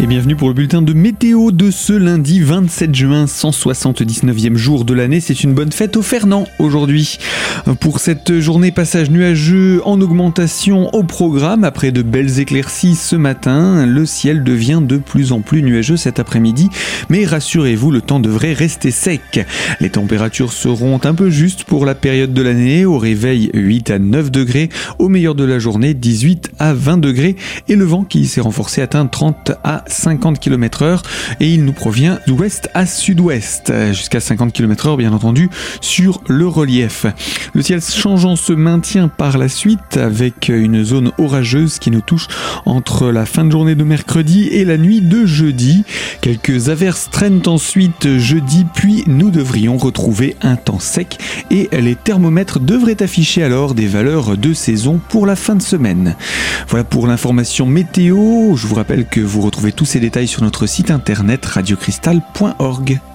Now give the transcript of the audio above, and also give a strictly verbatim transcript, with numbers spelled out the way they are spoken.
Et bienvenue pour le bulletin de météo de ce lundi vingt-sept juin, cent soixante-dix-neuvième jour de l'année. C'est une bonne fête aux Fernand aujourd'hui. Pour cette journée, passage nuageux en augmentation au programme. Après de belles éclaircies ce matin, le ciel devient de plus en plus nuageux cet après-midi. Mais rassurez-vous, le temps devrait rester sec. Les températures seront un peu justes pour la période de l'année. Au réveil, huit à neuf degrés. Au meilleur de la journée, dix-huit à vingt degrés. Et le vent qui s'est renforcé atteint trente à cinquante kilomètres heure et il nous provient d'ouest à sud-ouest, jusqu'à cinquante kilomètres heure bien entendu sur le relief. Le ciel changeant se maintient par la suite avec une zone orageuse qui nous touche entre la fin de journée de mercredi et la nuit de jeudi. Quelques averses traînent ensuite jeudi, puis nous devrions retrouver un temps sec et les thermomètres devraient afficher alors des valeurs de saison pour la fin de semaine. Voilà pour l'information météo. Je vous rappelle que vous retrouvez tous ces détails sur notre site internet radio cristal point org.